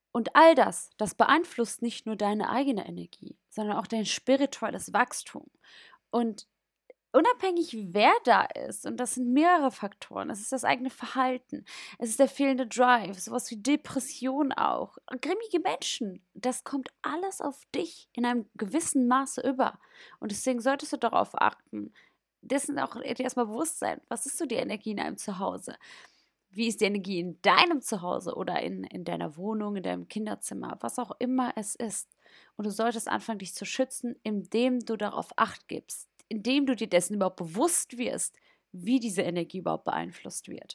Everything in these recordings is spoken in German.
Und all das beeinflusst nicht nur deine eigene Energie, sondern auch dein spirituelles Wachstum. Und unabhängig, wer da ist, und das sind mehrere Faktoren, es ist das eigene Verhalten, es ist der fehlende Drive, sowas wie Depression auch, grimmige Menschen, das kommt alles auf dich in einem gewissen Maße über. Und deswegen solltest du darauf achten, dessen auch dir erstmal bewusst sein, was ist so die Energie in einem Zuhause? Wie ist die Energie in deinem Zuhause oder in deiner Wohnung, in deinem Kinderzimmer, was auch immer es ist. Und du solltest anfangen, dich zu schützen, indem du darauf Acht gibst, indem du dir dessen überhaupt bewusst wirst, wie diese Energie überhaupt beeinflusst wird.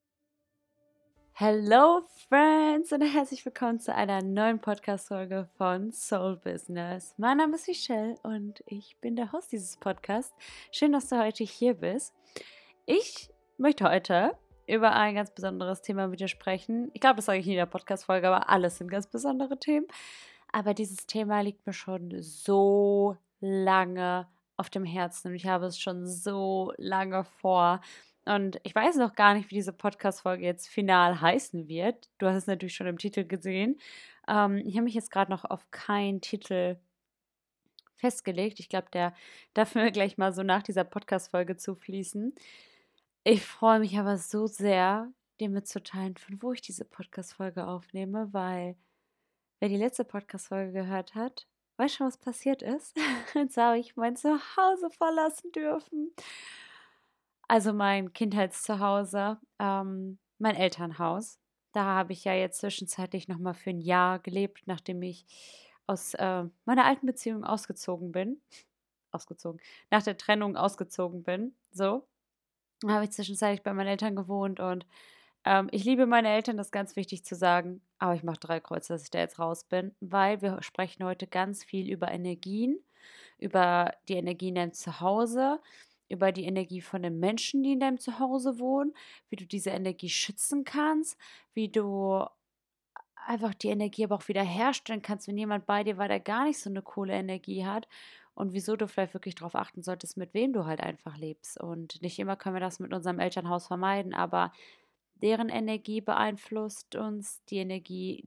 Hello Friends und herzlich willkommen zu einer neuen Podcast-Folge von Soul Business. Mein Name ist Michelle und ich bin der Host dieses Podcasts. Schön, dass du heute hier bist. Ich möchte heute über ein ganz besonderes Thema mit dir sprechen. Ich glaube, das sage ich in jeder Podcast-Folge, aber alles sind ganz besondere Themen. Aber dieses Thema liegt mir schon so lange auf dem Herzen und ich habe es schon so lange vor. Und ich weiß noch gar nicht, wie diese Podcast-Folge jetzt final heißen wird. Du hast es natürlich schon im Titel gesehen. Ich habe mich jetzt gerade noch auf keinen Titel festgelegt. Ich glaube, der darf mir gleich mal so nach dieser Podcast-Folge zufließen. Ich freue mich aber so sehr, dir mitzuteilen, von wo ich diese Podcast-Folge aufnehme, weil wer die letzte Podcast-Folge gehört hat, weiß schon, was passiert ist. Jetzt habe ich mein Zuhause verlassen dürfen. Also mein Kindheitszuhause, mein Elternhaus. Da habe ich ja jetzt zwischenzeitlich nochmal für ein Jahr gelebt, nachdem ich aus meiner alten Beziehung ausgezogen bin. Ausgezogen. Nach der Trennung ausgezogen bin. So. Da habe ich zwischenzeitlich bei meinen Eltern gewohnt und ich liebe meine Eltern, das ist ganz wichtig zu sagen, aber ich mache 3 Kreuze, dass ich da jetzt raus bin, weil wir sprechen heute ganz viel über Energien, über die Energie in deinem Zuhause, über die Energie von den Menschen, die in deinem Zuhause wohnen, wie du diese Energie schützen kannst, wie du einfach die Energie aber auch wieder herstellen kannst, wenn jemand bei dir war, der gar nicht so eine coole Energie hat und wieso du vielleicht wirklich darauf achten solltest, mit wem du halt einfach lebst. Und nicht immer können wir das mit unserem Elternhaus vermeiden, aber deren Energie beeinflusst uns, die Energie,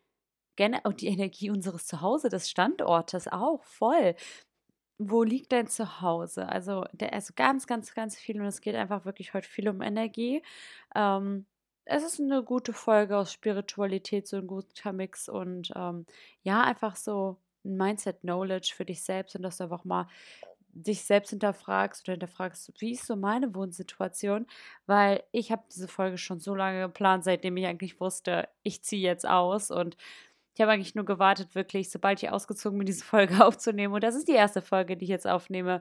und die Energie unseres Zuhause, des Standortes auch voll. Wo liegt dein Zuhause? Also ganz, ganz, ganz viel und es geht einfach wirklich heute viel um Energie. Ähm, Es ist eine gute Folge aus Spiritualität, so ein guter Mix und ja, einfach so ein Mindset-Knowledge für dich selbst und dass du einfach mal dich selbst hinterfragst oder hinterfragst, wie ist so meine Wohnsituation? Weil ich habe diese Folge schon so lange geplant, seitdem ich eigentlich wusste, ich ziehe jetzt aus und ich habe eigentlich nur gewartet, wirklich, sobald ich ausgezogen bin, diese Folge aufzunehmen. Und das ist die erste Folge, die ich jetzt aufnehme,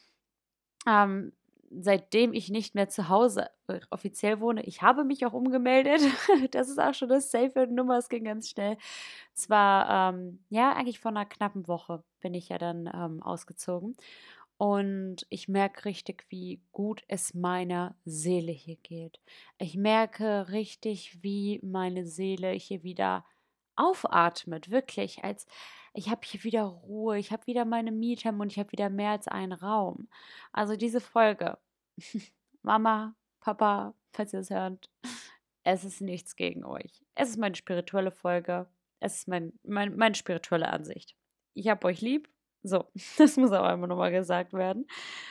ähm, seitdem ich nicht mehr zu Hause offiziell wohne. Ich habe mich auch umgemeldet. Das ist auch schon eine safe Nummer, es ging ganz schnell. Zwar, ja, eigentlich vor einer knappen Woche bin ich ja dann ausgezogen. Und ich merke richtig, wie gut es meiner Seele hier geht. Ich merke richtig, wie meine Seele hier wieder aufatmet, wirklich, als ich habe hier wieder Ruhe, ich habe wieder meine Me-Time und ich habe wieder mehr als einen Raum. Also diese Folge, Mama, Papa, falls ihr es hört, es ist nichts gegen euch. Es ist meine spirituelle Folge. Es ist meine spirituelle Ansicht. Ich habe euch lieb. So, das muss aber immer nochmal gesagt werden.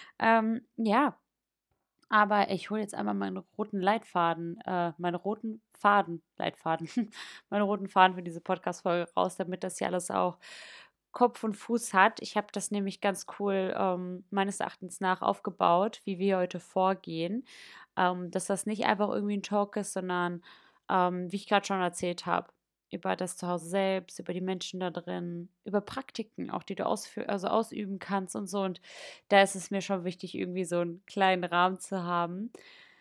Ja, aber ich hole jetzt einmal meinen roten Leitfaden, meinen roten Faden, Leitfaden, meinen roten Faden für diese Podcast-Folge raus, damit das hier alles auch Kopf und Fuß hat. Ich habe das nämlich ganz cool meines Erachtens nach aufgebaut, wie wir heute vorgehen. Dass das nicht einfach irgendwie ein Talk ist, sondern wie ich gerade schon erzählt habe, über das Zuhause selbst, über die Menschen da drin, über Praktiken auch, die du also ausüben kannst und so. Und da ist es mir schon wichtig, irgendwie so einen kleinen Rahmen zu haben.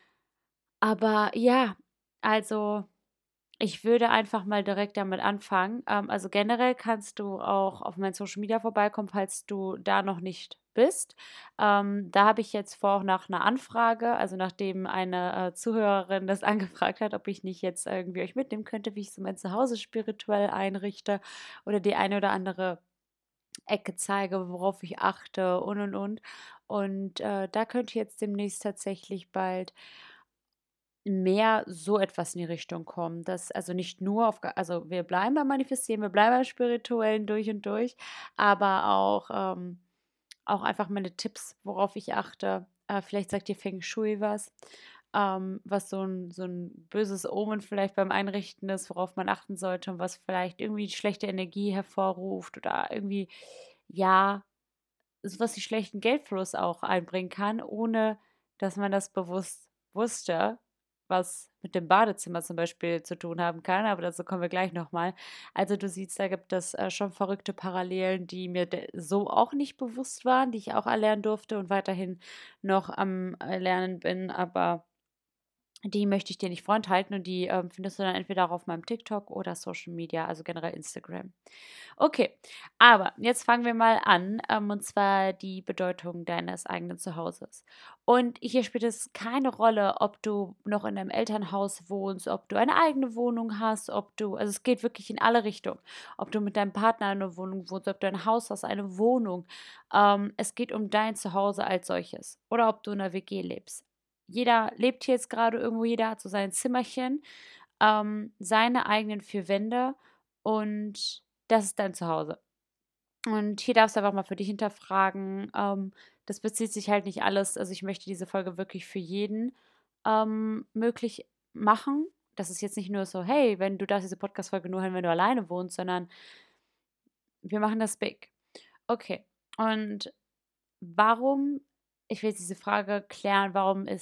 Aber ja, also ich würde einfach mal direkt damit anfangen. Also generell kannst du auch auf meinen Social Media vorbeikommen, falls du da noch nicht bist. Da habe ich jetzt vor, auch nach einer Anfrage, also nachdem eine Zuhörerin das angefragt hat, ob ich nicht jetzt irgendwie euch mitnehmen könnte, wie ich so mein Zuhause spirituell einrichte oder die eine oder andere Ecke zeige, worauf ich achte und. Und da könnt ihr jetzt demnächst tatsächlich bald mehr so etwas in die Richtung kommen, dass also nicht nur also wir bleiben beim Manifestieren, wir bleiben beim Spirituellen durch und durch, aber auch einfach meine Tipps, worauf ich achte. Vielleicht sagt dir Feng Shui was so ein böses Omen vielleicht beim Einrichten ist, worauf man achten sollte und was vielleicht irgendwie schlechte Energie hervorruft oder irgendwie, ja, so was wie schlechten Geldfluss auch einbringen kann, ohne dass man das bewusst wusste, was mit dem Badezimmer zum Beispiel zu tun haben kann, aber dazu kommen wir gleich noch mal. Also, du siehst, da gibt es, schon verrückte Parallelen, die mir so auch nicht bewusst waren, die ich auch erlernen durfte und weiterhin noch am Lernen bin, aber die möchte ich dir nicht vorenthalten und die, findest du dann entweder auch auf meinem TikTok oder Social Media, also generell Instagram. Okay, aber jetzt fangen wir mal an, und zwar die Bedeutung deines eigenen Zuhauses. Und hier spielt es keine Rolle, ob du noch in einem Elternhaus wohnst, ob du eine eigene Wohnung hast, also es geht wirklich in alle Richtungen, ob du mit deinem Partner in einer Wohnung wohnst, ob du ein Haus hast, eine Wohnung. Es geht um dein Zuhause als solches oder ob du in einer WG lebst. Jeder lebt hier jetzt gerade irgendwo, jeder hat so sein Zimmerchen, seine eigenen 4 Wände und das ist dein Zuhause. Und hier darfst du einfach mal für dich hinterfragen. Das bezieht sich halt nicht alles. Also ich möchte diese Folge wirklich für jeden möglich machen. Das ist jetzt nicht nur so, hey, wenn du darfst diese Podcast-Folge nur hören, wenn du alleine wohnst, sondern wir machen das big. Okay. Und warum, ich will jetzt diese Frage klären,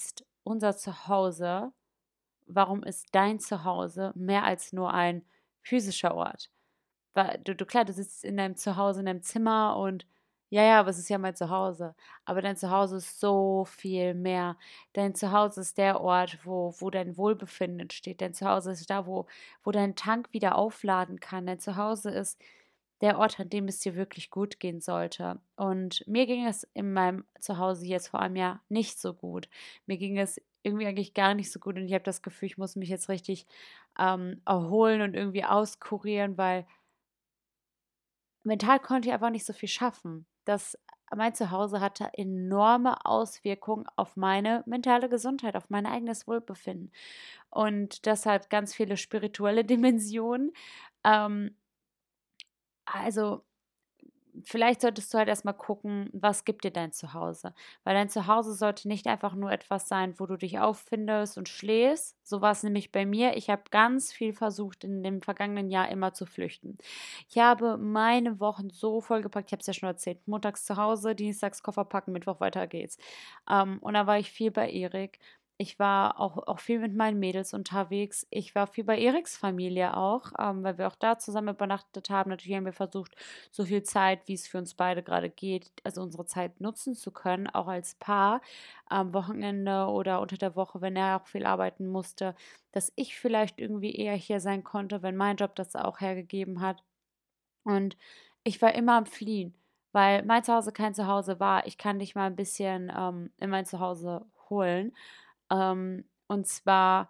warum ist dein Zuhause mehr als nur ein physischer Ort? Weil klar, du sitzt in deinem Zuhause, in deinem Zimmer und ja, ja, aber es ist ja mein Zuhause. Aber dein Zuhause ist so viel mehr. Dein Zuhause ist der Ort, wo dein Wohlbefinden entsteht. Dein Zuhause ist da, wo dein Tank wieder aufladen kann. Dein Zuhause ist der Ort, an dem es dir wirklich gut gehen sollte. Und mir ging es in meinem Zuhause jetzt vor einem Jahr nicht so gut. Mir ging es irgendwie eigentlich gar nicht so gut und ich habe das Gefühl, ich muss mich jetzt richtig erholen und irgendwie auskurieren, weil mental konnte ich einfach nicht so viel schaffen. Mein Zuhause hatte enorme Auswirkungen auf meine mentale Gesundheit, auf mein eigenes Wohlbefinden. Und das hat ganz viele spirituelle Dimensionen. Ähm, also vielleicht solltest du halt erst mal gucken, was gibt dir dein Zuhause? Weil dein Zuhause sollte nicht einfach nur etwas sein, wo du dich auffindest und schläfst. So war es nämlich bei mir. Ich habe ganz viel versucht, in dem vergangenen Jahr immer zu flüchten. Ich habe meine Wochen so vollgepackt, ich habe es ja schon erzählt, montags zu Hause, dienstags Koffer packen, Mittwoch weiter geht's. Und da war ich viel bei Erik. Ich war auch viel mit meinen Mädels unterwegs. Ich war viel bei Eriks Familie auch, weil wir auch da zusammen übernachtet haben. Natürlich haben wir versucht, so viel Zeit, wie es für uns beide gerade geht, also unsere Zeit nutzen zu können, auch als Paar am Wochenende oder unter der Woche, wenn er auch viel arbeiten musste, dass ich vielleicht irgendwie eher hier sein konnte, wenn mein Job das auch hergegeben hat. Und ich war immer am Fliehen, weil mein Zuhause kein Zuhause war. Ich kann dich mal ein bisschen in mein Zuhause holen. Und zwar,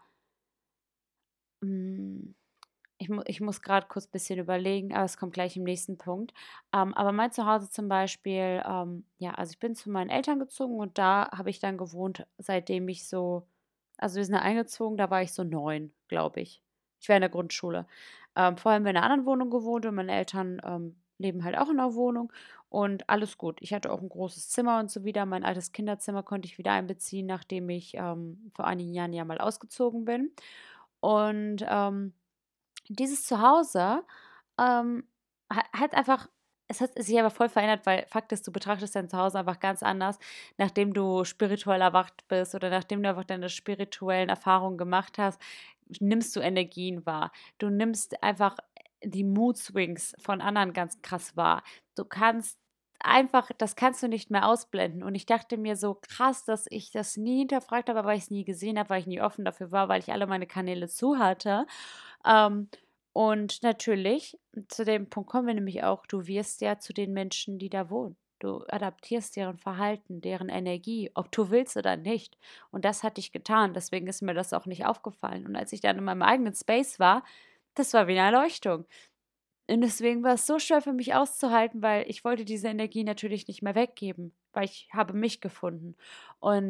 mm, ich muss gerade kurz ein bisschen überlegen, aber es kommt gleich im nächsten Punkt. Aber mein Zuhause zum Beispiel, ja, also ich bin zu meinen Eltern gezogen und da habe ich dann gewohnt, seitdem ich also wir sind da eingezogen, da war ich so 9, glaube ich. Ich war in der Grundschule. Vorher haben wir in einer anderen Wohnung gewohnt und meine Eltern leben halt auch in einer Wohnung und alles gut. Ich hatte auch ein großes Zimmer und so wieder. Mein altes Kinderzimmer konnte ich wieder einbeziehen, nachdem ich vor einigen Jahren ja mal ausgezogen bin. Und dieses Zuhause, hat einfach es hat sich aber voll verändert, weil Fakt ist, du betrachtest dein Zuhause einfach ganz anders, nachdem du spirituell erwacht bist oder nachdem du einfach deine spirituellen Erfahrungen gemacht hast, nimmst du Energien wahr. Du nimmst einfach die Mood Swings von anderen ganz krass wahr. Du kannst einfach das kannst du nicht mehr ausblenden und ich dachte mir so: „Krass, dass ich das nie hinterfragt habe, weil ich's nie gesehen habe, weil ich nie offen dafür war, weil ich alle meine Kanäle zu hatte.“ Ähm, und natürlich, zu dem Punkt kommen wir nämlich auch, du wirst ja zu den Menschen, die da wohnen. Du adaptierst deren Verhalten, deren Energie, ob du willst oder nicht. Und das hatte ich getan, deswegen ist mir das auch nicht aufgefallen. Und als ich dann in meinem eigenen Space war, das war wie eine Erleuchtung. Und deswegen war es so schwer für mich auszuhalten, weil ich wollte diese Energie natürlich nicht mehr weggeben, weil ich habe mich gefunden. Und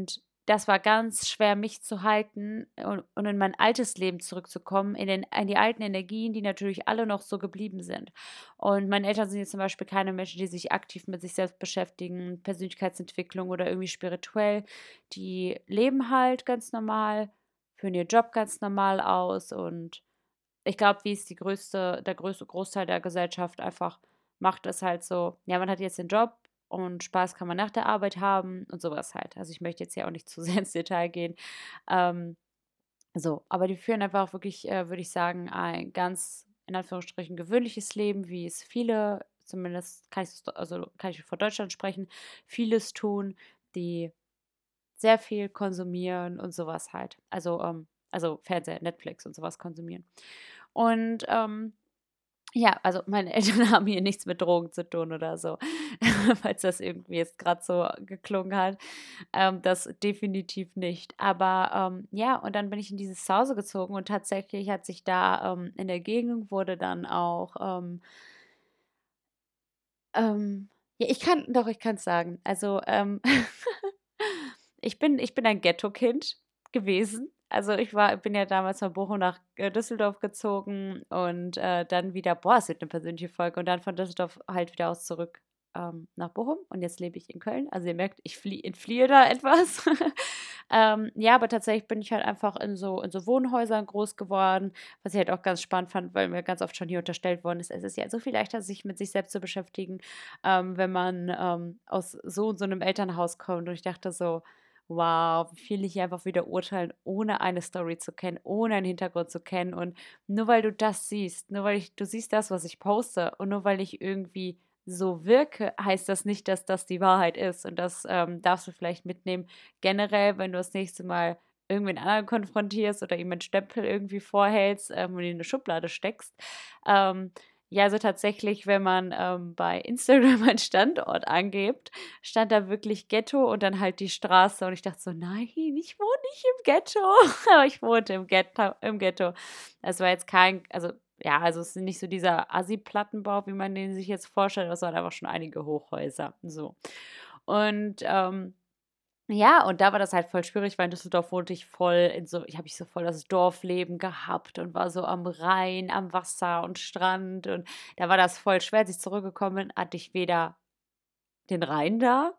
das war ganz schwer, mich zu halten und in mein altes Leben zurückzukommen, in die alten Energien, die natürlich alle noch so geblieben sind. Und meine Eltern sind jetzt zum Beispiel keine Menschen, die sich aktiv mit sich selbst beschäftigen, Persönlichkeitsentwicklung oder irgendwie spirituell. Die leben halt ganz normal, führen ihren Job ganz normal aus und ich glaube, wie es der größte Großteil der Gesellschaft einfach macht, ist halt so, ja, man hat jetzt den Job und Spaß kann man nach der Arbeit haben und sowas halt. Also ich möchte jetzt ja auch nicht zu sehr ins Detail gehen. Ähm, so, aber die führen einfach wirklich, würde ich sagen, ein ganz, in Anführungsstrichen, gewöhnliches Leben, wie es viele, zumindest kann ich von Deutschland sprechen, vieles tun, die sehr viel konsumieren und sowas halt. Also Fernseher, Netflix und sowas konsumieren. Und ja, also meine Eltern haben hier nichts mit Drogen zu tun oder so, falls das irgendwie jetzt gerade so geklungen hat. Das definitiv nicht. Aber ja, und dann bin ich in dieses Zuhause gezogen und tatsächlich hat sich da in der Gegend wurde dann auch, ja, ich kann es sagen. Also, ich bin ein Ghetto-Kind gewesen. Also, bin ja damals von Bochum nach, Düsseldorf gezogen und, dann wieder boah, es wird eine persönliche Folge und dann von Düsseldorf halt wieder aus zurück, nach Bochum und jetzt lebe ich in Köln. Also, ihr merkt, ich entfliehe da etwas. Ja, aber tatsächlich bin ich halt einfach in so Wohnhäusern groß geworden, was ich halt auch ganz spannend fand, weil mir ganz oft schon hier unterstellt worden ist, es ist ja so viel leichter, sich mit sich selbst zu beschäftigen, wenn man, aus so und so einem Elternhaus kommt und ich dachte so: Wow, wie viel ich hier einfach wieder urteilen, ohne eine Story zu kennen, ohne einen Hintergrund zu kennen. Und nur weil du das siehst, du siehst das, was ich poste, und nur weil ich irgendwie so wirke, heißt das nicht, dass das die Wahrheit ist. Und das darfst du vielleicht mitnehmen. Generell, wenn du das nächste Mal irgendwen anderen konfrontierst oder ihm einen Stempel irgendwie vorhältst und ihn in eine Schublade steckst. Ähm, ja, also tatsächlich, wenn man bei Instagram einen Standort angibt, stand da wirklich Ghetto und dann halt die Straße. Und ich dachte so, nein, ich wohne nicht im Ghetto. Aber ich wohnte im Ghetto. Es war jetzt also ja, also es ist nicht so dieser Assi-Plattenbau, wie man den sich jetzt vorstellt, es waren einfach schon einige Hochhäuser. So. Und ja, und da war das halt voll schwierig, weil in Düsseldorf wohnte ich habe ich so voll das Dorfleben gehabt und war so am Rhein, am Wasser und Strand und da war das voll schwer. Als ich zurückgekommen bin, hatte ich weder den Rhein da,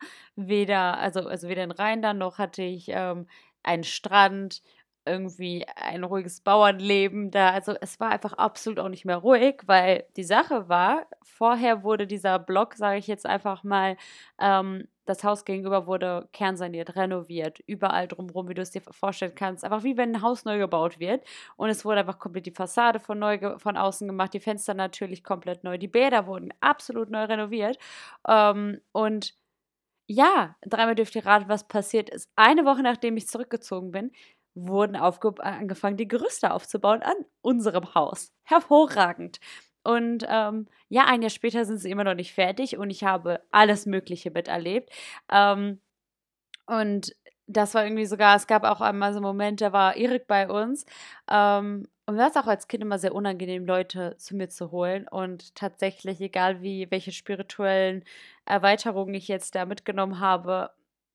also weder den Rhein da, noch hatte ich, einen Strand, irgendwie ein ruhiges Bauernleben da. Also, es war einfach absolut auch nicht mehr ruhig, weil die Sache war, vorher wurde dieser Block, sage ich jetzt einfach mal, das Haus gegenüber wurde kernsaniert, renoviert, überall drumherum, wie du es dir vorstellen kannst. Einfach wie wenn ein Haus neu gebaut wird. Und es wurde einfach komplett die Fassade von außen gemacht, die Fenster natürlich komplett neu, die Bäder wurden absolut neu renoviert. Und ja, dreimal dürft ihr raten, was passiert ist. Eine Woche nachdem ich zurückgezogen bin, wurden angefangen, die Gerüste aufzubauen an unserem Haus. Hervorragend. Und ja, ein Jahr später sind sie immer noch nicht fertig und ich habe alles Mögliche miterlebt. Ähm, und das war irgendwie sogar, es gab auch einmal so einen Moment, da war Erik bei uns. Und mir war es auch als Kind immer sehr unangenehm, Leute zu mir zu holen. Und tatsächlich, egal welche spirituellen Erweiterungen ich jetzt da mitgenommen habe,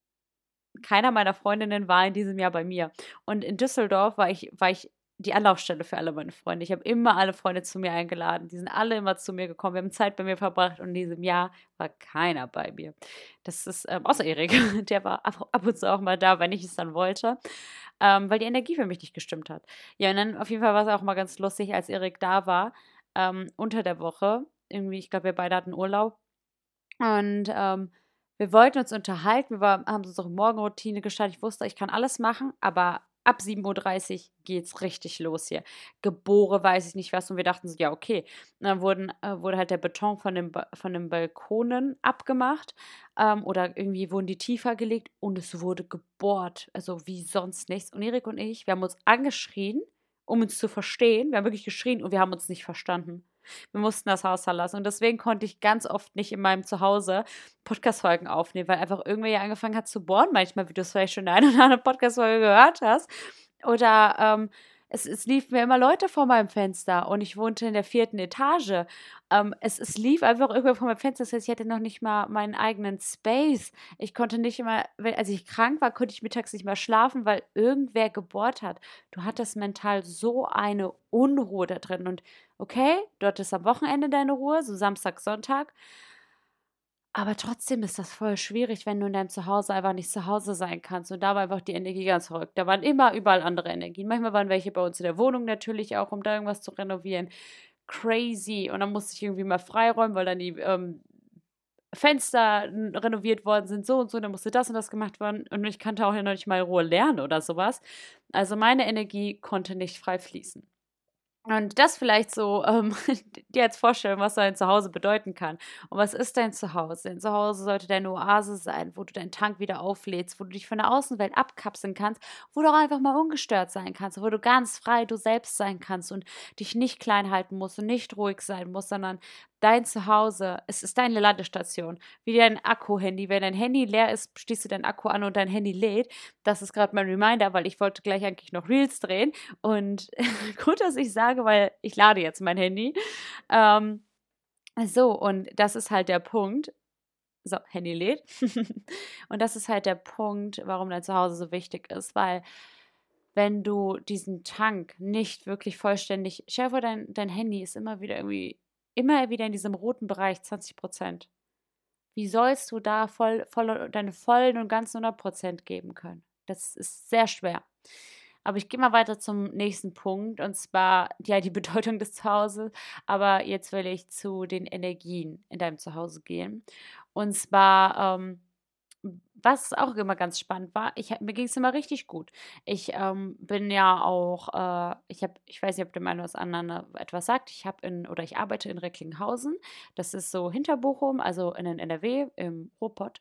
keiner meiner Freundinnen war in diesem Jahr bei mir. Und in Düsseldorf war ich die Anlaufstelle für alle meine Freunde. Ich habe immer alle Freunde zu mir eingeladen. Die sind alle immer zu mir gekommen. Wir haben Zeit bei mir verbracht und in diesem Jahr war keiner bei mir. Das ist, außer Erik, der war ab und zu auch mal da, wenn ich es dann wollte, weil die Energie für mich nicht gestimmt hat. Ja, und dann auf jeden Fall war es auch mal ganz lustig, als Erik da war, unter der Woche. Irgendwie, ich glaube, wir beide hatten Urlaub. Und wir wollten uns unterhalten, haben unsere Morgenroutine gestartet. Ich wusste, ich kann alles machen, aber ab 7:30 Uhr geht's richtig los hier. Gebohre, weiß ich nicht was. Und wir dachten so, ja, okay. Und dann wurde halt der Beton von den Balkonen abgemacht. Oder irgendwie wurden die tiefer gelegt und es wurde gebohrt. Also wie sonst nichts. Und Erik und ich, wir haben uns angeschrien, um uns zu verstehen. Wir haben wirklich geschrien und wir haben uns nicht verstanden. Wir mussten das Haus verlassen. Und deswegen konnte ich ganz oft nicht in meinem Zuhause Podcast-Folgen aufnehmen, weil einfach irgendwer ja angefangen hat zu bohren, manchmal, wie du es vielleicht schon in einer oder anderen Podcast-Folge gehört hast. Oder es liefen mir immer Leute vor meinem Fenster und ich wohnte in der 4. Etage. Es lief einfach irgendwer vor meinem Fenster. Das heißt, ich hatte noch nicht mal meinen eigenen Space. Ich konnte nicht immer, als ich krank war, konnte ich mittags nicht mehr schlafen, weil irgendwer gebohrt hat. Du hattest mental so eine Unruhe da drin. Und okay, du hattest am Wochenende deine Ruhe, so Samstag, Sonntag. Aber trotzdem ist das voll schwierig, wenn du in deinem Zuhause einfach nicht zu Hause sein kannst. Und da war einfach die Energie ganz verrückt. Da waren immer überall andere Energien. Manchmal waren welche bei uns in der Wohnung natürlich auch, um da irgendwas zu renovieren. Crazy. Und dann musste ich irgendwie mal freiräumen, weil dann die Fenster renoviert worden sind, so und so. Dann musste das und das gemacht werden. Und ich kannte auch ja noch nicht mal in Ruhe lernen oder sowas. Also meine Energie konnte nicht frei fließen. Und das vielleicht so, dir als Vorstellung, was so ein Zuhause bedeuten kann. Und was ist dein Zuhause? Dein Zuhause sollte deine Oase sein, wo du deinen Tank wieder auflädst, wo du dich von der Außenwelt abkapseln kannst, wo du auch einfach mal ungestört sein kannst, wo du ganz frei du selbst sein kannst und dich nicht klein halten musst und nicht ruhig sein musst, sondern dein Zuhause, es ist deine Ladestation, wie dein Akku-Handy. Wenn dein Handy leer ist, schließt du dein Akku an und dein Handy lädt. Das ist gerade mein Reminder, weil ich wollte gleich eigentlich noch Reels drehen. Und gut, dass ich sage, weil ich lade jetzt mein Handy. Ähm, und das ist halt der Punkt. So, Handy lädt. Und das ist halt der Punkt, warum dein Zuhause so wichtig ist, weil wenn du diesen Tank nicht wirklich vollständig, stell dir vor, dein Handy ist immer wieder in diesem roten Bereich, 20%. Wie sollst du da deine vollen und ganzen 100% geben können? Das ist sehr schwer. Aber ich gehe mal weiter zum nächsten Punkt, und zwar ja die Bedeutung des Zuhauses. Aber jetzt will ich zu den Energien in deinem Zuhause gehen. Und zwar, was auch immer ganz spannend war, mir ging es immer richtig gut. Ich bin ja auch, ich weiß nicht, ob dem einen oder das anderen etwas sagt. Ich arbeite in Recklinghausen. Das ist so hinter Bochum, also in den NRW, im Ruhrpott.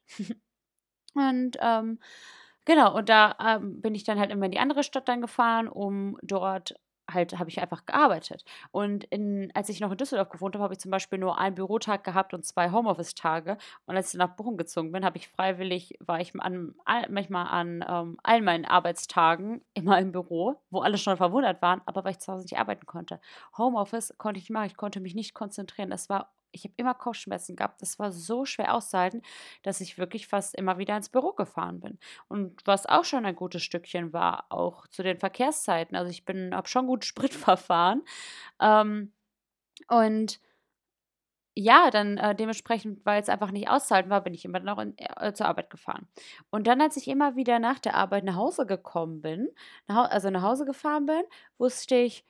Und genau, und da bin ich dann halt immer in die andere Stadt dann gefahren, um dort halt, habe ich einfach gearbeitet. Und als ich noch in Düsseldorf gewohnt habe, habe ich zum Beispiel nur einen Bürotag gehabt und 2 Homeoffice-Tage. Und als ich nach Bochum gezogen bin, war ich manchmal an allen meinen Arbeitstagen immer im Büro, wo alle schon verwundert waren, aber weil ich zu Hause nicht arbeiten konnte. Homeoffice konnte ich nicht machen, ich konnte mich nicht konzentrieren. Ich habe immer Kopfschmerzen gehabt. Das war so schwer auszuhalten, dass ich wirklich fast immer wieder ins Büro gefahren bin. Und was auch schon ein gutes Stückchen war, auch zu den Verkehrszeiten. Also ich habe schon gut Sprit verfahren. Und ja, dann dementsprechend, weil es einfach nicht auszuhalten war, bin ich immer noch zur Arbeit gefahren. Und dann, als ich immer wieder nach der Arbeit nach Hause gekommen bin, nach Hause gefahren bin, wusste ich,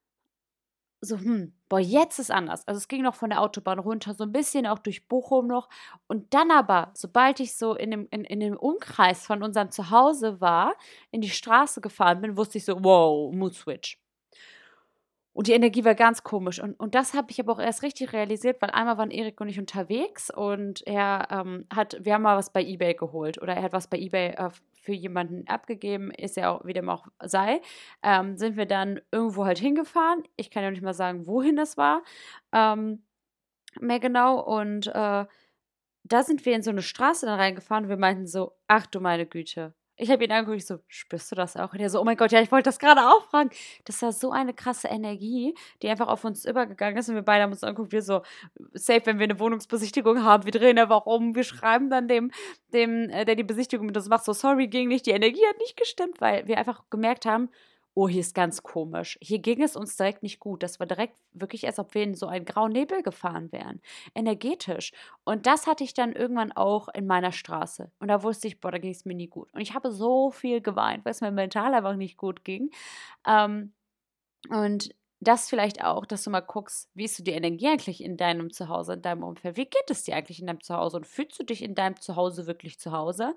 so, boah, jetzt ist anders. Also, es ging noch von der Autobahn runter, so ein bisschen auch durch Bochum noch. Und dann aber, sobald ich so in dem Umkreis von unserem Zuhause war, in die Straße gefahren bin, wusste ich so: „Wow, Mood Switch.“ Und die Energie war ganz komisch. Und das habe ich aber auch erst richtig realisiert, weil einmal waren Erik und ich unterwegs und wir haben mal was bei eBay geholt oder er hat was bei eBay für jemanden abgegeben, ist ja auch, wie dem auch sei. Sind wir dann irgendwo halt hingefahren. Ich kann ja nicht mal sagen, wohin das war. Ähm, Mehr genau. Und da sind wir in so eine Straße dann reingefahren und wir meinten so: „Ach du meine Güte.“ Ich habe ihn angeguckt, ich so: „Spürst du das auch?“ Und er so: „Oh mein Gott, ja, ich wollte das gerade auch fragen.“ Das war so eine krasse Energie, die einfach auf uns übergegangen ist und wir beide haben uns angeguckt, wir so safe, wenn wir eine Wohnungsbesichtigung haben, wir drehen einfach um, wir schreiben dann der die Besichtigung mit uns macht, so: „Sorry, ging nicht.“ Die Energie hat nicht gestimmt, weil wir einfach gemerkt haben: „Oh, hier ist ganz komisch.“ Hier ging es uns direkt nicht gut. Das war direkt wirklich, als ob wir in so einen grauen Nebel gefahren wären, energetisch. Und das hatte ich dann irgendwann auch in meiner Straße. Und da wusste ich, boah, da ging es mir nie gut. Und ich habe so viel geweint, weil es mir mental einfach nicht gut ging. Ähm, und das vielleicht auch, dass du mal guckst, wie ist so die Energie eigentlich in deinem Zuhause, in deinem Umfeld? Wie geht es dir eigentlich in deinem Zuhause? Und fühlst du dich in deinem Zuhause wirklich zu Hause?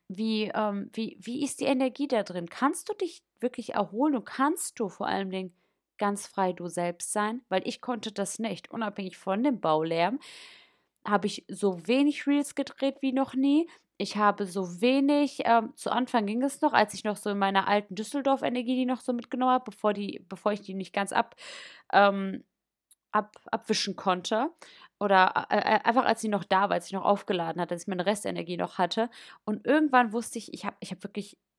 Wie ist die Energie da drin? Kannst du dich wirklich erholen und kannst du vor allen Dingen ganz frei du selbst sein? Weil ich konnte das nicht, unabhängig von dem Baulärm habe ich so wenig Reels gedreht wie noch nie. Ich habe so wenig, zu Anfang ging es noch, als ich noch so in meiner alten Düsseldorf-Energie die noch so mitgenommen habe, bevor ich die nicht ganz ähm, abwischen konnte. Oder einfach als sie noch da war, als ich noch aufgeladen hatte, als ich meine Restenergie noch hatte. Und irgendwann wusste ich, ich hab wirklich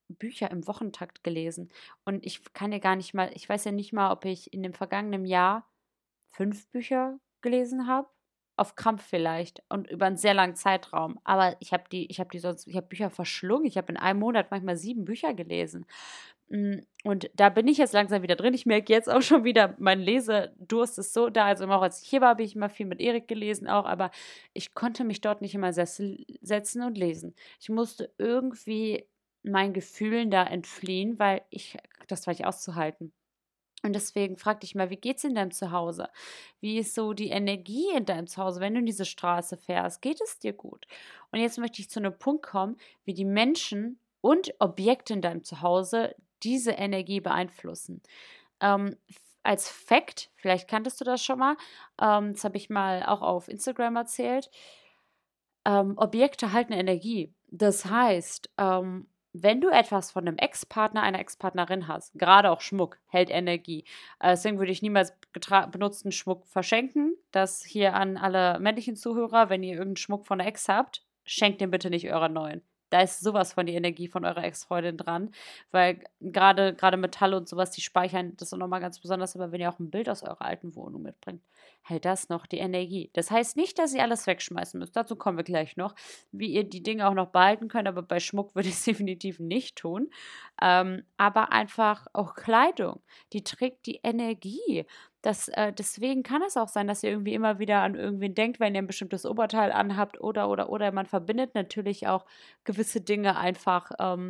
Bücher im Wochentakt gelesen. Und ich kann ja gar nicht mal, ich weiß ja nicht mal, ob ich in dem vergangenen Jahr 5 Bücher gelesen habe. Auf Krampf vielleicht und über einen sehr langen Zeitraum. Aber ich habe Bücher verschlungen. Ich habe in einem Monat manchmal 7 Bücher gelesen. Und da bin ich jetzt langsam wieder drin. Ich merke jetzt auch schon wieder, mein Lesedurst ist so da. Also immer auch als ich hier war, habe ich immer viel mit Erik gelesen auch, aber ich konnte mich dort nicht immer setzen und lesen. Ich musste irgendwie meinen Gefühlen da entfliehen, weil das war nicht auszuhalten. Und deswegen frag dich mal, wie geht's in deinem Zuhause? Wie ist so die Energie in deinem Zuhause, wenn du in diese Straße fährst? Geht es dir gut? Und jetzt möchte ich zu einem Punkt kommen, wie die Menschen und Objekte in deinem Zuhause diese Energie beeinflussen. Als Fact, vielleicht kanntest du das schon mal, das habe ich mal auch auf Instagram erzählt, Objekte halten Energie. Das heißt, wenn du etwas von einem Ex-Partner, einer Ex-Partnerin hast, gerade auch Schmuck, hält Energie. Deswegen würde ich niemals benutzten Schmuck verschenken. Das hier an alle männlichen Zuhörer, wenn ihr irgendeinen Schmuck von der Ex habt, schenkt den bitte nicht eurer neuen. Da ist sowas von die Energie von eurer Ex-Freundin dran, weil gerade Metalle und sowas, die speichern das auch nochmal ganz besonders, aber wenn ihr auch ein Bild aus eurer alten Wohnung mitbringt, hält das noch die Energie. Das heißt nicht, dass ihr alles wegschmeißen müsst. Dazu kommen wir gleich noch, wie ihr die Dinge auch noch behalten könnt, aber bei Schmuck würde ich es definitiv nicht tun. Aber einfach auch Kleidung, die trägt die Energie. Deswegen kann es auch sein, dass ihr irgendwie immer wieder an irgendwen denkt, wenn ihr ein bestimmtes Oberteil anhabt oder man verbindet natürlich auch gewisse Dinge einfach.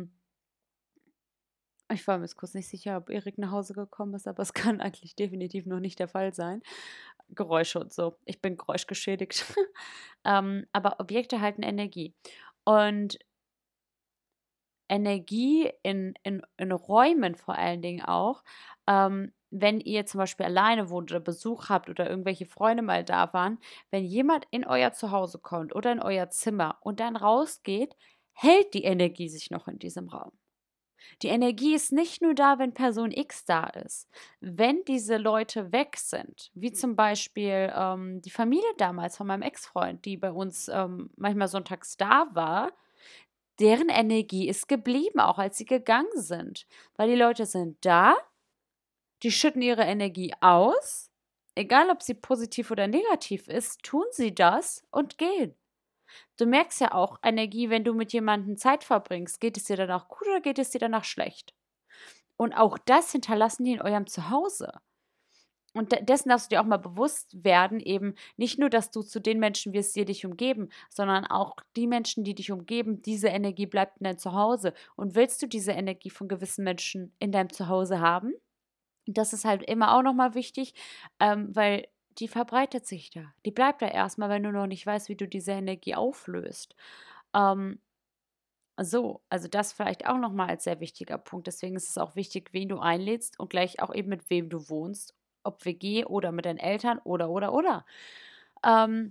Ich war mir jetzt kurz nicht sicher, ob Erik nach Hause gekommen ist, aber es kann eigentlich definitiv noch nicht der Fall sein. Geräusche und so. Ich bin geräuschgeschädigt. Aber Objekte halten Energie. Und Energie in Räumen vor allen Dingen auch. Wenn ihr zum Beispiel alleine wohnt oder Besuch habt oder irgendwelche Freunde mal da waren, wenn jemand in euer Zuhause kommt oder in euer Zimmer und dann rausgeht, hält die Energie sich noch in diesem Raum. Die Energie ist nicht nur da, wenn Person X da ist. Wenn diese Leute weg sind, wie zum Beispiel die Familie damals von meinem Ex-Freund, die bei uns manchmal sonntags da war, deren Energie ist geblieben, auch als sie gegangen sind. Weil die Leute sind da, die schütten ihre Energie aus, egal ob sie positiv oder negativ ist, tun sie das und gehen. Du merkst ja auch Energie, wenn du mit jemandem Zeit verbringst. Geht es dir danach gut oder geht es dir danach schlecht? Und auch das hinterlassen die in eurem Zuhause. Und dessen darfst du dir auch mal bewusst werden, eben nicht nur, dass du zu den Menschen wirst, die dich umgeben, sondern auch die Menschen, die dich umgeben, diese Energie bleibt in deinem Zuhause. Und willst du diese Energie von gewissen Menschen in deinem Zuhause haben? Das ist halt immer auch nochmal wichtig, weil die verbreitet sich da. Die bleibt da erstmal, wenn du noch nicht weißt, wie du diese Energie auflöst. Ähm, also das vielleicht auch nochmal als sehr wichtiger Punkt. Deswegen ist es auch wichtig, wen du einlädst und gleich auch eben mit wem du wohnst. Ob WG oder mit deinen Eltern oder. Ähm,